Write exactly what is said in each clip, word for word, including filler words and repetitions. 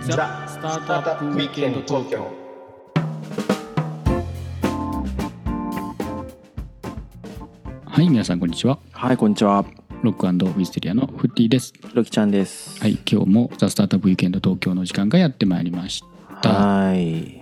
ザ・スタートアップウィークエンド東京。 はい、皆さんこんにちは。 はい、こんにちは。 ロック&ウィステリアのフッティです。 ロキちゃんです。 はい、今日もザ・スタートアップウィークエンド東京の時間がやってまいりました。 はい。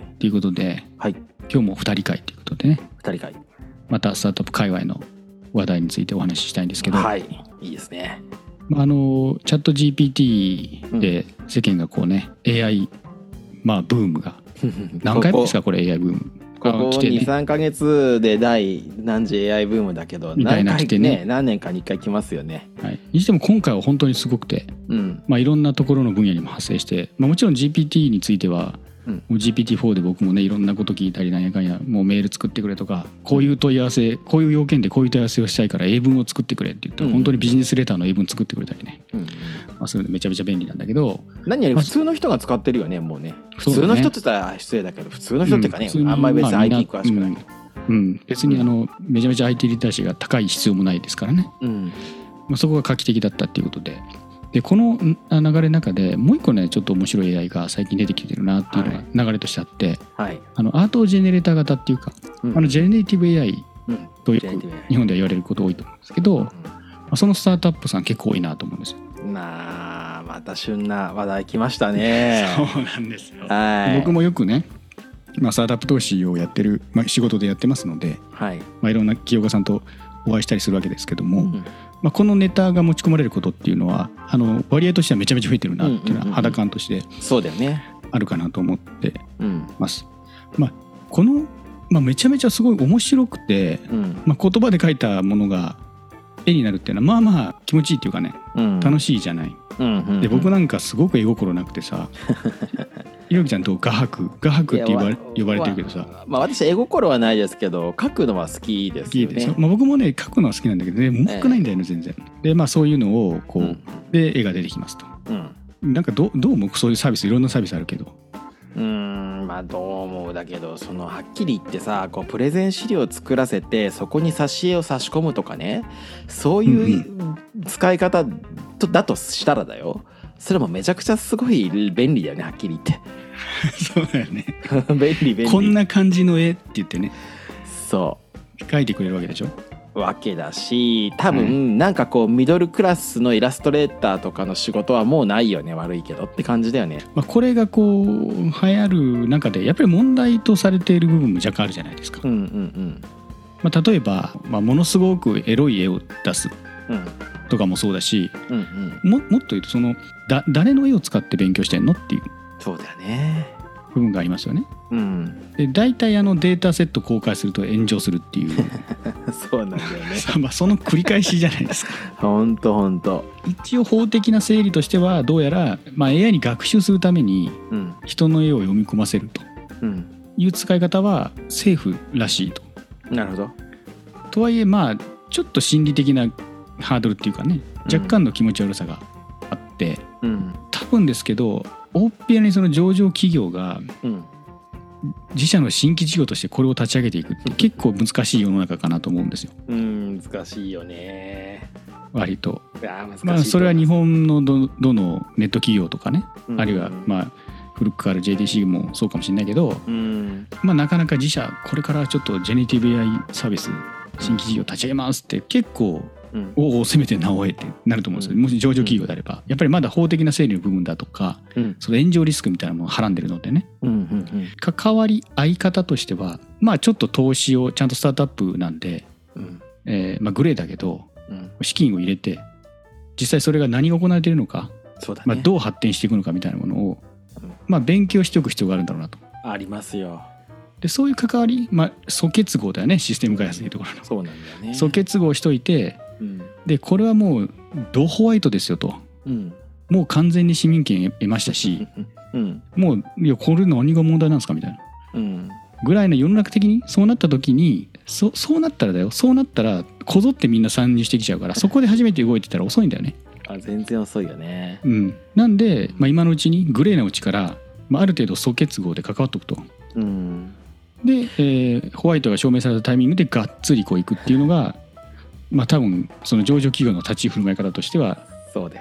ということで、 はい、 今日もふたり会ということでね、 ふたり会。 またスタートアップ界隈の話題についてお話ししたいんですけど、 はい、いいですね。 あのチャット ジーピーティー で世間がこうね、うん、エーアイ、まあ、ブームが何回目ですかこれ エーアイ ブームここ来て、ね、 にさんかげつで第何次 エーアイ ブームだけど、何回来てね、何年かにいっかい来ますよね。 はい、にしても今回は本当にすごくて、うんまあ、いろんなところの分野にも発生して、まあ、もちろん ジーピーティー についてはうん、もう ジーピーティーフォー で僕もねいろんなこと聞いたりなんやかんやもうメール作ってくれとかこういう問い合わせこういう要件でこういう問い合わせをしたいから英文を作ってくれって言ったら本当にビジネスレターの英文作ってくれたりね、うんまあ、それでめちゃめちゃ便利なんだけど何より普通の人が使ってるよねもうね普通の人って言ったら失礼だけど普通の人っていうかね、うん、あんまり別に アイティー 詳しくない、 まあうんうん、別にあのめちゃめちゃ アイティー リテラシーが高い必要もないですからね、うんまあ、そこが画期的だったっていうことででこの流れの中でもう一個ねちょっと面白い エーアイ が最近出てきてるなっていうのが流れとしてあって、はい、あのアートジェネレーター型っていうか、うん、あのジェネレーティブ エーアイ とよく日本では言われること多いと思うんですけど、うんまあ、そのスタートアップさん結構多いなと思うんですよ。 まあまた旬な話題来ましたね。 そうなんですよ、はい、僕もよくね、まあ、スタートアップ投資をやってる、まあ、仕事でやってますので、はいまあ、いろんな企業家さんとお会いしたりするわけですけども、うんまあ、このネタが持ち込まれることっていうのはあの割合としてはめちゃめちゃ増えてるなっていうのは肌感としてあるかなと思ってます。まあ、この、まあ、めちゃめちゃすごい面白くて、うんまあ、言葉で書いたものが絵になるっていうのはまあまあ気持ちいいっていうかね、うん、楽しいじゃない、うんうんうん、で僕なんかすごく絵心なくてさひろきちゃんと画伯画伯って呼ばれ、呼ばれてるけどさ、 まあ、私絵心はないですけど描くのは好きですよね。好きでしょ、 まあ、僕もね描くのは好きなんだけどねうまくないんだよね、えー、全然でまあそういうのをこう、うん、で絵が出てきますと、うん、なんか ど, どうもそういうサービスいろんなサービスあるけどうーんまあどう思うだけどそのはっきり言ってさこうプレゼン資料を作らせてそこに挿絵を差し込むとかねそういう使い方とだとしたらだよそれもめちゃくちゃすごい便利だよねはっきり言ってそうだよね便利便利こんな感じの絵って言ってねそう描いてくれるわけでしょわけだし多分、うん、なんかこうミドルクラスのイラストレーターとかの仕事はもうないよね悪いけどって感じだよね、 まあ、これがこう流行る中でやっぱり問題とされている部分も若干あるじゃないですか、うんうんうんまあ、例えば、まあ、ものすごくエロい絵を出すとかもそうだし、うんうん、も, もっと言うとそのだ誰の絵を使って勉強してんのっていうそうだよね部分がありますよね、うん、で大体あのデータセット公開すると炎上するっていうそうなんだよねまあその繰り返しじゃないですかほんとほんと一応法的な整理としてはどうやら、まあ、エーアイ に学習するために人の絵を読み込ませるという使い方はセーフらしいと、 うん、なるほどとはいえまあちょっと心理的なハードルっていうかね若干の気持ち悪さがあって、うん、多分ですけど大っぴらにその上場企業が自社の新規事業としてこれを立ち上げていくって結構難しい世の中かなと思うんですよ。 うん難しいよね割と。 いや難しいとまあそれは日本の ど, どのネット企業とかね、うん、あるいはまあ古くから ジェーティーシー もそうかもしれないけど、うん、まあなかなか自社これからちょっとジェネレティブ エーアイ サービス新規事業立ち上げますって結構うん、おおせめてなおえってなると思うんですよ、うん、もし上場企業であれば、うん、やっぱりまだ法的な整理の部分だとか、うん、その炎上リスクみたいなものをはらんでるのでね、うんうんうん、関わり合い方としてはまあちょっと投資をちゃんとスタートアップなんで、うんえーまあ、グレーだけど、うん、資金を入れて実際それが何が行われているのかそうだね、 まあ、どう発展していくのかみたいなものを、うんまあ、勉強しておく必要があるんだろうなと。 ありますよ。 でそういう関わり、まあ、素結合だよねシステム開発というところの、 うん、そうなんだよね素結合しといてうん、でこれはもうドホワイトですよと、うん、もう完全に市民権得ましたし、うん、もういやこれ何が問題なんですかみたいな、うん、ぐらいの世の中的にそうなった時に そ, そうなったらだよそうなったらこぞってみんな参入してきちゃうからそこで初めて動いてたら遅いんだよねあ全然遅いよね、 うん、なんで、まあ、今のうちにグレーなうちから、まあ、ある程度素結合で関わっておくと、うん、で、えー、ホワイトが証明されたタイミングでがっつりこういくっていうのがまあ多分その上場企業の立ち振る舞い方としてはそうだよね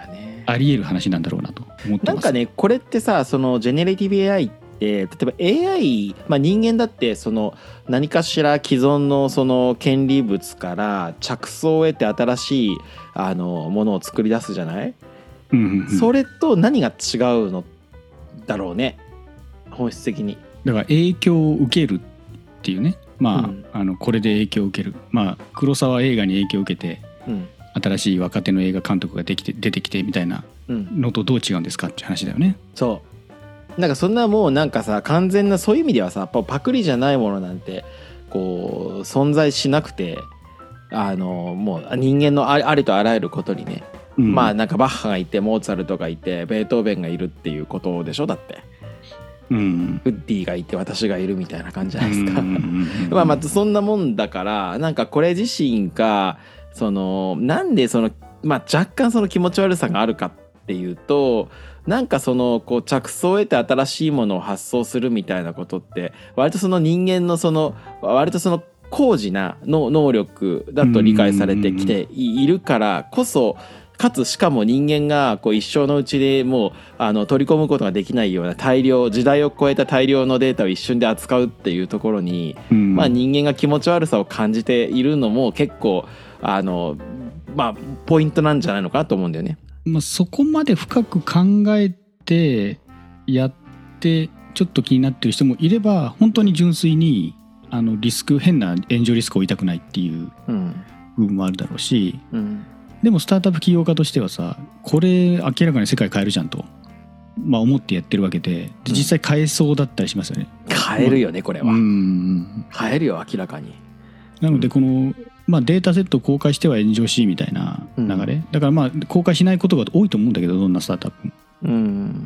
あり得る話なんだろうなと思ってます。 なんかねこれってさそのジェネレティブ エーアイ って例えば エーアイ、まあ、人間だってその何かしら既存のその権利物から着想を得て新しいあのものを作り出すじゃない、 うんうんうん、 それと何が違うのだろうね本質的に。 だから影響を受けるっていうねまあ、うん、あのこれで影響を受けるまあ黒沢映画に影響を受けて、うん、新しい若手の映画監督ができて出てきてみたいなのとどう違うんですかって話だよね。 そうなんかそんなもうなんかさ完全なそういう意味ではさパクリじゃないものなんてこう存在しなくてあのもう人間のありとあらゆることにね、うん、まあなんかバッハがいてモーツァルトがいてベートーベンがいるっていうことでしょだって、うん、ウッディがいて私がいるみたいな感じじゃないですか。まあまあそんなもんだからなんかこれ自身がそのなんでそのまあ若干その気持ち悪さがあるかっていうとなんかそのこう着想を得て新しいものを発想するみたいなことって割とその人間のその割とその高次なの能力だと理解されてきているからこそかつしかも人間がこう一生のうちでもうあの取り込むことができないような大量時代を超えた大量のデータを一瞬で扱うっていうところにまあ人間が気持ち悪さを感じているのも結構あのまあポイントなんじゃないのかなと思うんだよね。 まあ、そこまで深く考えてやってちょっと気になってる人もいれば本当に純粋にあのリスク変な炎上リスクを負いたくないっていう部分もあるだろうし、うん、でもスタートアップ起業家としてはさこれ明らかに世界変えるじゃんと、まあ、思ってやってるわけで実際変えそうだったりしますよね。 変えるよねこれは、うん、変えるよ明らかに。 なのでこのまあ、データセットを公開しては炎上しみたいな流れ、うん、だからまあ公開しないことが多いと思うんだけどどんなスタートアップも、うん、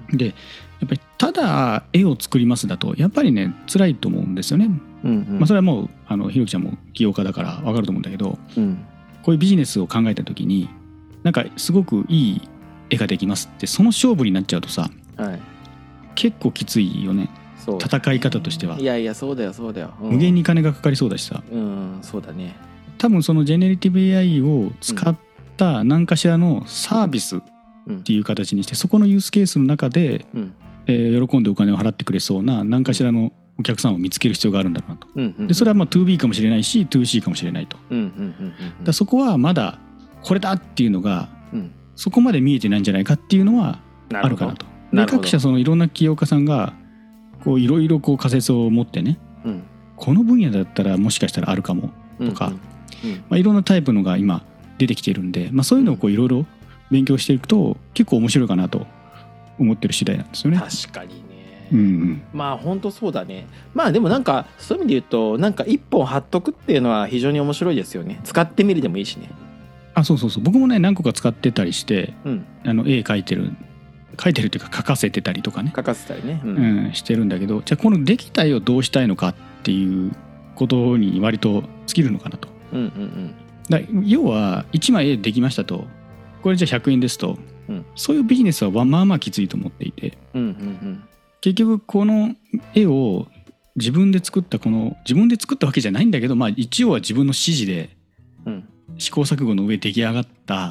でやっぱりただ絵を作りますだとやっぱりね辛いと思うんですよね、うんうんまあ、それはもうあのひろきちゃんも起業家だから分かると思うんだけど、うん、こういうビジネスを考えた時になんかすごくいい絵ができますってその勝負になっちゃうとさ、はい、結構きついよね戦い方としては。 いやいやそうだよそうだよ、 うん、無限に金がかかりそうだしさ、 うん、そうだね。 多分そのジェネレティブ エーアイ を使った何かしらのサービスっていう形にしてそこのユースケースの中で、うんえー、喜んでお金を払ってくれそうな何かしらのお客さんを見つける必要があるんだろうなと、うんうんうん、でそれはまあ ツービー かもしれないし ツーシー かもしれないと、うんうんうんうん、だそこはまだこれだっていうのが、うん、そこまで見えてないんじゃないかっていうのはあるかなと。で各社そのいろんな起業家さんがこういろいろこう仮説を持ってね、うん、この分野だったらもしかしたらあるかもとか、うんうんうんまあ、いろんなタイプのが今出てきているんで、まあ、そういうのをこういろいろ勉強していくと結構面白いかなと思ってる次第なんですよね。 確かにね、うんうん、まあ本当そうだね。まあでもなんかそういう意味で言うとなんか一本貼っとくっていうのは非常に面白いですよね。使ってみるでもいいしね。 あそうそうそう僕もね何個か使ってたりして、うん、あの絵描いてる描いてるっていうか描かせてたりとかね描かせたりね、うんうん、してるんだけどじゃあこのできた絵をどうしたいのかっていうことに割と尽きるのかなと。うんうんうん、だ要はいちまい絵できましたとこれじゃあひゃくえんですと、うん、そういうビジネスはまあまあきついと思っていて、うんうんうん、結局この絵を自分で作ったこの自分で作ったわけじゃないんだけど、まあ、一応は自分の指示で試行錯誤の上出来上がった、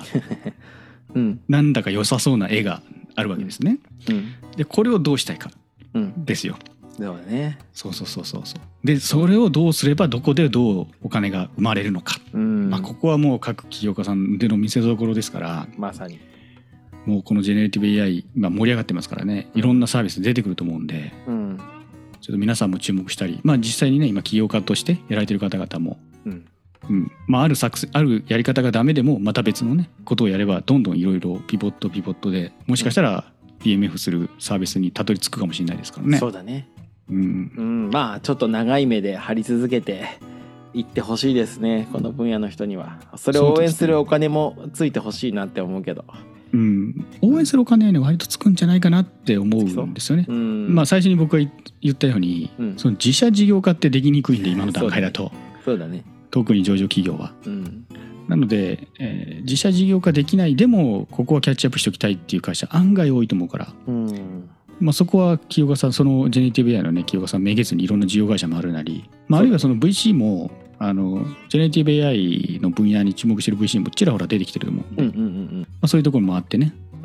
うん、なんだか良さそうな絵があるわけですね、うん、でこれをどうしたいかですよ、うんそうだね、 そうそうそうそうそうでそれをどうすればどこでどうお金が生まれるのか、うんまあ、ここはもう各起業家さんでの見せ所ですからまさにもうこのジェネレティブ エーアイ 今盛り上がってますからねいろんなサービス出てくると思うんで、うん、ちょっと皆さんも注目したり、まあ、実際にね今起業家としてやられてる方々も、うんうんまあ、ある作戦あるやり方がダメでもまた別のねことをやればどんどんいろいろピボットピボットでもしかしたら ピーエムエフ するサービスにたどり着くかもしれないですからね。 そうだねうんうん、まあちょっと長い目で張り続けていってほしいですねこの分野の人には。それを応援するお金もついてほしいなって思うけどう、ねうん、応援するお金はね割とつくんじゃないかなって思うんですよね、うんまあ、最初に僕が言ったように、うん、その自社事業化ってできにくいんで今の段階だとそうだね特に上場企業は、うん、なので、えー、自社事業化できないでもここはキャッチアップしておきたいっていう会社案外多いと思うから、うんまあ、そこは起業家さんそのジェネレティブ エーアイ のね起業家さんめげずにいろんな事業会社もあるなり、まあ、あるいはその ブイシー もあのジェネレティブ エーアイ の分野に注目してる ブイシー もちらほら出てきてると思うんで、うんうんうんまあ、そういうところもあってね、うん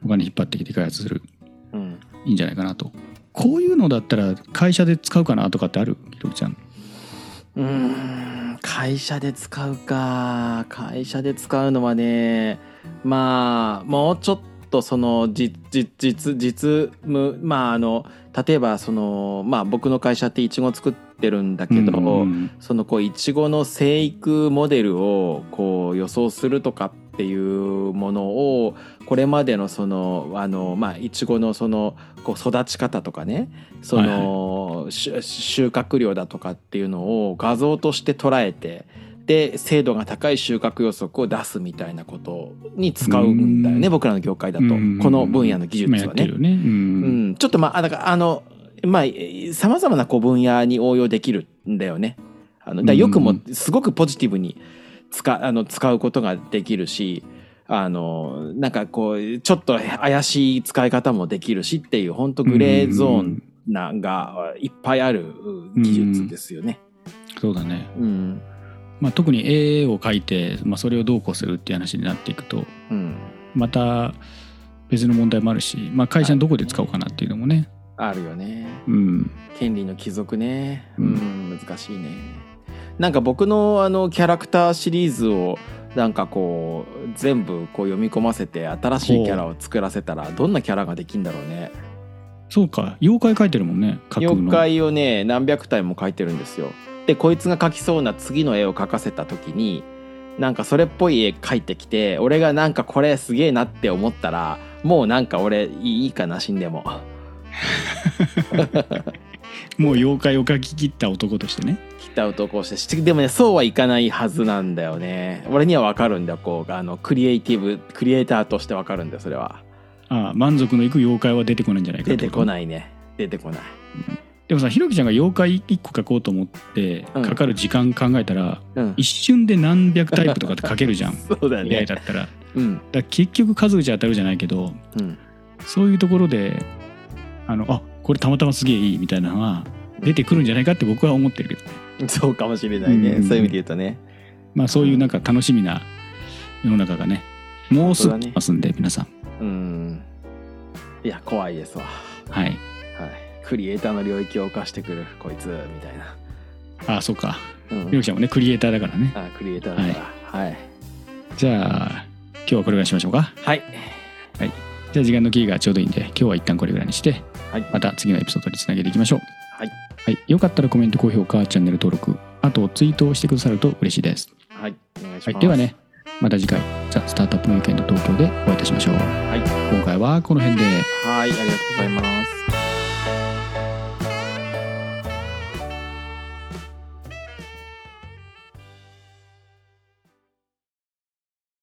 お金引っ張ってきて開発する、うん、いいんじゃないかなと。こういうのだったら会社で使うかなとかってある？ひろきちゃん。 うーん会社で使うか。会社で使うのはね、まあもうちょっとその実実実務、まああの例えばそのまあ僕の会社ってイチゴ作ってるんだけど、うんうん、そのこうイチゴの生育モデルをこう予想するとかっていうものをこれまでのそのあのまあイチゴのそのこう育ち方とかね、その、はいはい、収穫量だとかっていうのを画像として捉えて、で精度が高い収穫予測を出すみたいなことに使うんだよね、僕らの業界だと。この分野の技術はね。うん、うん、ちょっとまあだからあのまあさまざまなこう分野に応用できるんだよね。あのだよくもすごくポジティブに使あの使うことができるし、あのなんかこうちょっと怪しい使い方もできるしっていう本当グレーゾーンながいっぱいある技術ですよね。 うん、そうだね。うん。まあ、特に絵を描いて、まあ、それをどうこうするっていう話になっていくと、うん、また別の問題もあるし、まあ、会社のどこで使おうかなっていうのもねあるよね。うん、権利の帰属ね、うん、うん、難しいね。なんか僕のあのキャラクターシリーズをなんかこう全部こう読み込ませて新しいキャラを作らせたらどんなキャラができるんだろうね。 そうか、妖怪描いてるもんね。 妖怪をね何百体も描いてるんですよ。でこいつが描きそうな次の絵を描かせた時になんかそれっぽい絵描いてきて、俺がなんかこれすげえなって思ったらもうなんか俺いいかな、死んでももう妖怪を描き切った男としてね。 切った男としてでもねそうはいかないはずなんだよね。俺には分かるんだよ。こうあのクリエイティブクリエイターとして分かるんだよそれは。 ああ、満足のいく妖怪は出てこないんじゃないか。 出てこないね。出てこない、 うん。でもさ、ひろきちゃんが妖怪いっこ描こうと思ってかかる時間考えたら、うん、一瞬で何百タイプとかって描けるじゃんそうだね。 エーアイだったら、うん、だから結局数打ち当たるじゃないけど、うん、そういうところであのあこれたまたますげえいいみたいなのは出てくるんじゃないかって僕は思ってるけどね。そうかもしれないね、うん、そういう意味で言うとね。 まあそういうなんか楽しみな世の中がねもうすぐ来ますんで、ね、皆さん。 うん、いや怖いですわ。 はい、はい、 クリエイターの領域を犯してくるこいつみたいな。 ああそうか、ひろきちゃんもねクリエイターだからね。 ああクリエイターだから、はい、はい、 じゃあ今日はこれぐらいにしましょうか。 はい、 はい、じゃあ時間の切りがちょうどいいんで今日は一旦これぐらいにして、はい、また次のエピソードにつなげていきましょう。 はい、 はい、よかったらコメント高評価チャンネル登録あとツイートをしてくださると嬉しいです。 はい、お願いします。 はい、ではねまた次回ザ・スタートアップウィークエンド東京でお会いいたしましょう。 はい、 今回はこの辺で。 はい、ありがとうございます。